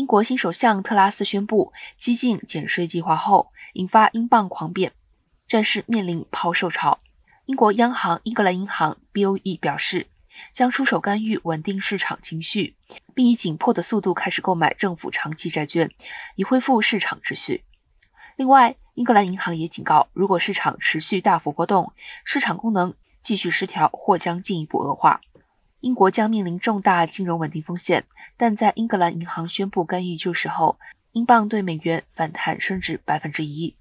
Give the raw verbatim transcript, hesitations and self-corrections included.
英国新首相特拉斯宣布激进减税计划后，引发英镑狂贬，债市面临抛售潮。英国央行英格兰银行 B O E 表示，将出手干预稳定市场情绪，并以紧迫的速度开始购买政府长期债券，以恢复市场秩序。另外，英格兰银行也警告，如果市场持续大幅波动，市场功能继续失调或将进一步恶化。英国将面临重大金融稳定风险，但在英格兰银行宣布干预救市后，英镑对美元反弹升至百分之一。